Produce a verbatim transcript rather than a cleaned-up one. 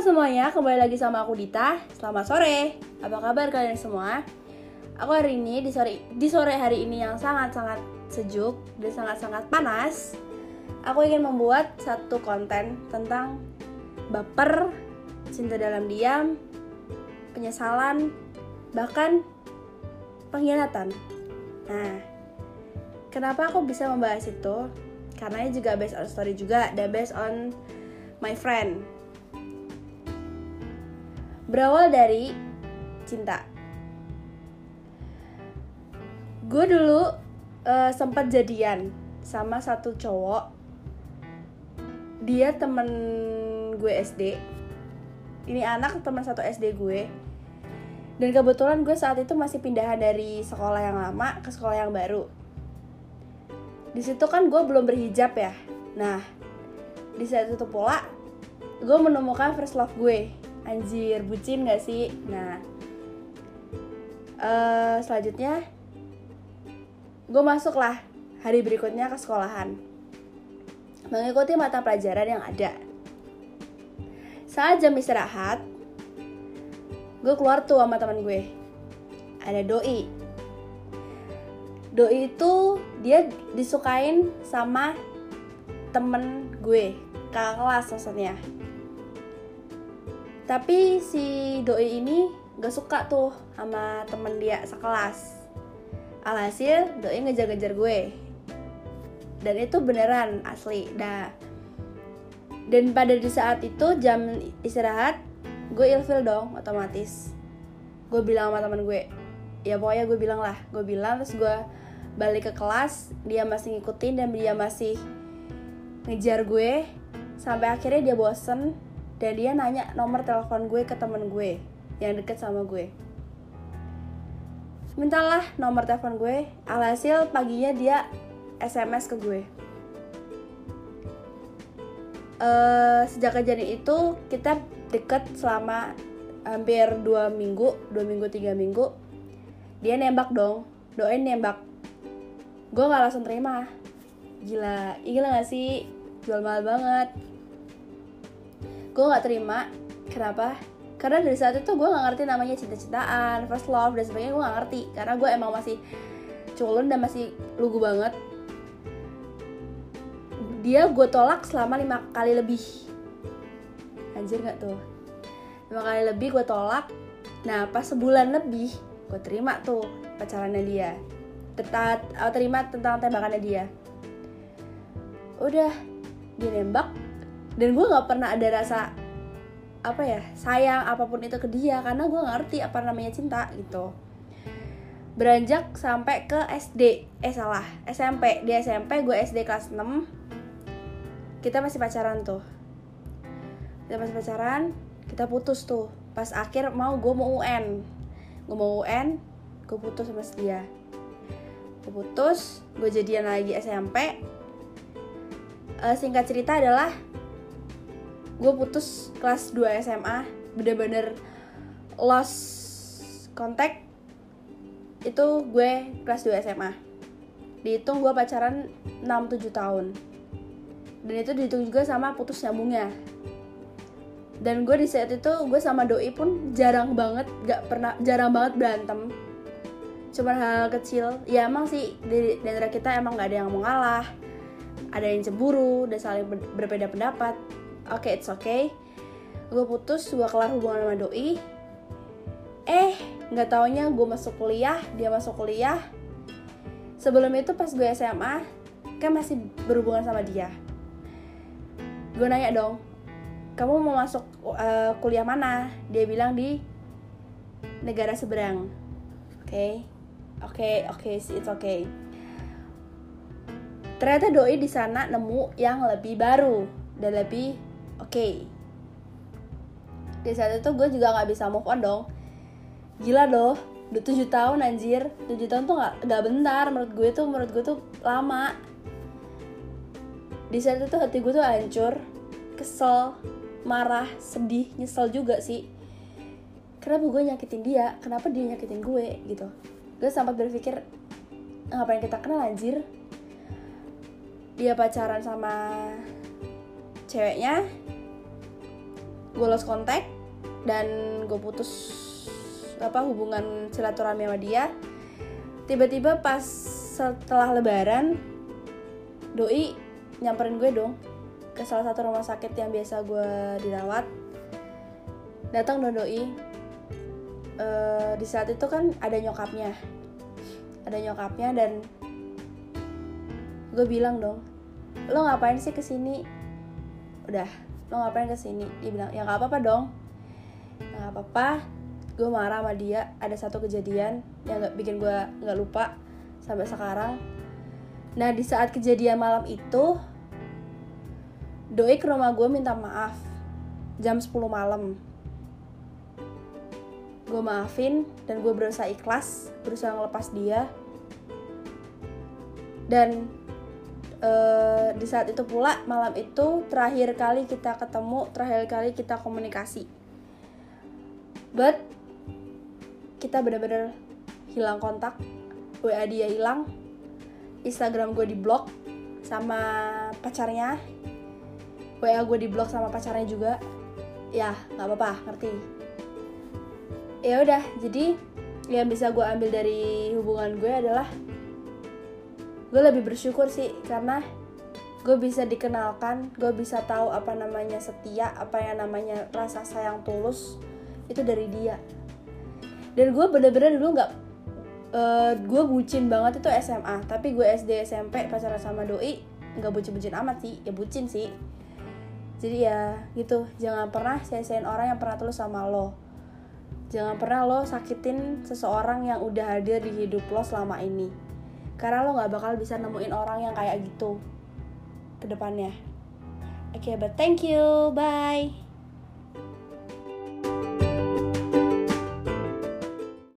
Halo semuanya, kembali lagi sama aku Dita. Selamat sore. Apa kabar kalian semua? Aku hari ini di sore di sore hari ini yang sangat-sangat sejuk dan sangat-sangat panas, aku ingin membuat satu konten tentang baper, cinta dalam diam, penyesalan, bahkan pengkhianatan. Nah, kenapa aku bisa membahas itu? Karena ini juga based on story juga dan based on my friend. Berawal dari cinta. Gue dulu uh, sempat jadian sama satu cowok. Dia temen gue S D. Ini anak teman satu S D gue. Dan kebetulan gue saat itu masih pindahan dari sekolah yang lama ke sekolah yang baru. Di situ kan gue belum berhijab ya. Nah, di saat itu pula gue menemukan first love gue. Anjir, bucin gak sih? Nah, uh, selanjutnya gue masuk lah hari berikutnya ke sekolahan, mengikuti mata pelajaran yang ada. Saat jam istirahat, gue keluar tuh sama teman gue. Ada doi. Doi itu dia disukain sama temen gue, kakak kelas maksudnya. Tapi si doi ini gak suka tuh sama temen dia sekelas. Alhasil doi ngejar-ngejar gue. Dan itu beneran asli. Nah, dan pada di saat itu jam istirahat, gue ilfil dong otomatis. Gue bilang sama temen gue, ya pokoknya gue bilang lah. Gue bilang terus gue balik ke kelas. Dia masih ngikutin dan dia masih ngejar gue. Sampai akhirnya dia bosen. Dan dia nanya nomor telepon gue ke temen gue yang deket sama gue. Mintalah nomor telepon gue. Alhasil paginya dia S M S ke gue. Uh, sejak kejadian itu kita deket selama hampir dua minggu, dua minggu tiga minggu. Dia nembak dong, doain nembak. Gue nggak langsung terima. Gila, gila nggak sih? Jual mahal banget. Gue gak terima. Kenapa? Karena dari saat itu gue gak ngerti namanya cinta-cintaan, first love dan sebagainya. Gue gak ngerti karena gue emang masih culun dan masih lugu banget. Dia gue tolak selama lima kali lebih. Anjir gak tuh? lima kali lebih gue tolak. Nah pas sebulan lebih gue terima tuh pacarannya dia. Tetap terima tentang tembakannya dia. Udah, dia nembak. Dan gue gak pernah ada rasa apa ya, sayang apapun itu ke dia, karena gue gak ngerti apa namanya cinta gitu. Beranjak sampai ke S D, eh salah, S M P. Di S M P gue S D kelas enam. Kita masih pacaran tuh. Kita masih pacaran, kita putus tuh. Pas akhir mau gue mau U N. Gue mau U N, gue putus sama dia. Gue putus, gue jadian lagi S M P. uh, Singkat cerita adalah gue putus kelas dua S M A, bener-bener lost contact. Itu gue kelas dua S M A. Dihitung gue pacaran enam tujuh tahun. Dan itu dihitung juga sama putus nyambungnya. Dan gue di saat itu, gue sama doi pun jarang banget, gak pernah, jarang banget berantem. Cuma hal kecil. Ya emang sih, di, di antara kita emang gak ada yang mau ngalah. Ada yang cemburu, dan saling ber, berbeda pendapat. Oke, okay, it's okay. Gue putus, gue kelar hubungan sama doi. Eh, gak taunya gue masuk kuliah, dia masuk kuliah. Sebelum itu pas gue S M A, kan masih berhubungan sama dia. Gue nanya dong, kamu mau masuk uh, kuliah mana? Dia bilang di negara seberang. Oke, okay. oke, okay, oke, okay, it's okay. Ternyata doi di sana nemu yang lebih baru dan lebih oke. Okay. Di saat itu gue juga gak bisa move on dong. Gila loh, udah tujuh tahun anjir. tujuh tahun tuh gak, gak bentar. Menurut gue tuh Menurut gue tuh lama. Di saat itu hati gue tuh hancur, kesel, marah, sedih, nyesel juga sih. Kenapa gue nyakitin dia? Kenapa dia nyakitin gue gitu. Gue sempat berpikir, ngapain kita kenal anjir. Dia pacaran sama ceweknya, gue lost kontak dan gue putus apa hubungan silaturahmi sama dia. Tiba-tiba pas setelah lebaran, doi nyamperin gue dong ke salah satu rumah sakit yang biasa gue dirawat. Datang dong doi. E, di saat itu kan ada nyokapnya, ada nyokapnya dan gue bilang dong, lo ngapain sih kesini? Udah, lo ngapain kesini? Dia bilang, ya nggak apa-apa dong, nggak apa-apa. Gue marah sama dia. Ada satu kejadian yang nggak bikin gue nggak lupa sampai sekarang. Nah di saat kejadian malam itu, doi ke rumah gue minta maaf jam sepuluh malam. Gue maafin dan gue berusaha ikhlas, berusaha ngelepas dia. Dan uh, di saat itu pula, malam itu terakhir kali kita ketemu, terakhir kali kita komunikasi. But kita benar-benar hilang kontak. W A dia hilang, Instagram gue diblok sama pacarnya, W A gue diblok sama pacarnya juga. Ya nggak apa-apa, ngerti. Ya udah, jadi yang bisa gue ambil dari hubungan gue adalah gue lebih bersyukur sih, karena gue bisa dikenalkan, gue bisa tahu apa namanya setia, apa yang namanya rasa sayang tulus itu dari dia. Dan gue bener-bener dulu nggak, uh, gue bucin banget itu S M A, tapi gue S D S M P pacaran sama doi nggak bucin-bucin amat sih, ya bucin sih. Jadi ya gitu, jangan pernah sia-siain orang yang pernah tulus sama lo. Jangan pernah lo sakitin seseorang yang udah hadir di hidup lo selama ini, karena lo nggak bakal bisa nemuin orang yang kayak gitu ke depannya. Oke, okay, but thank you, bye.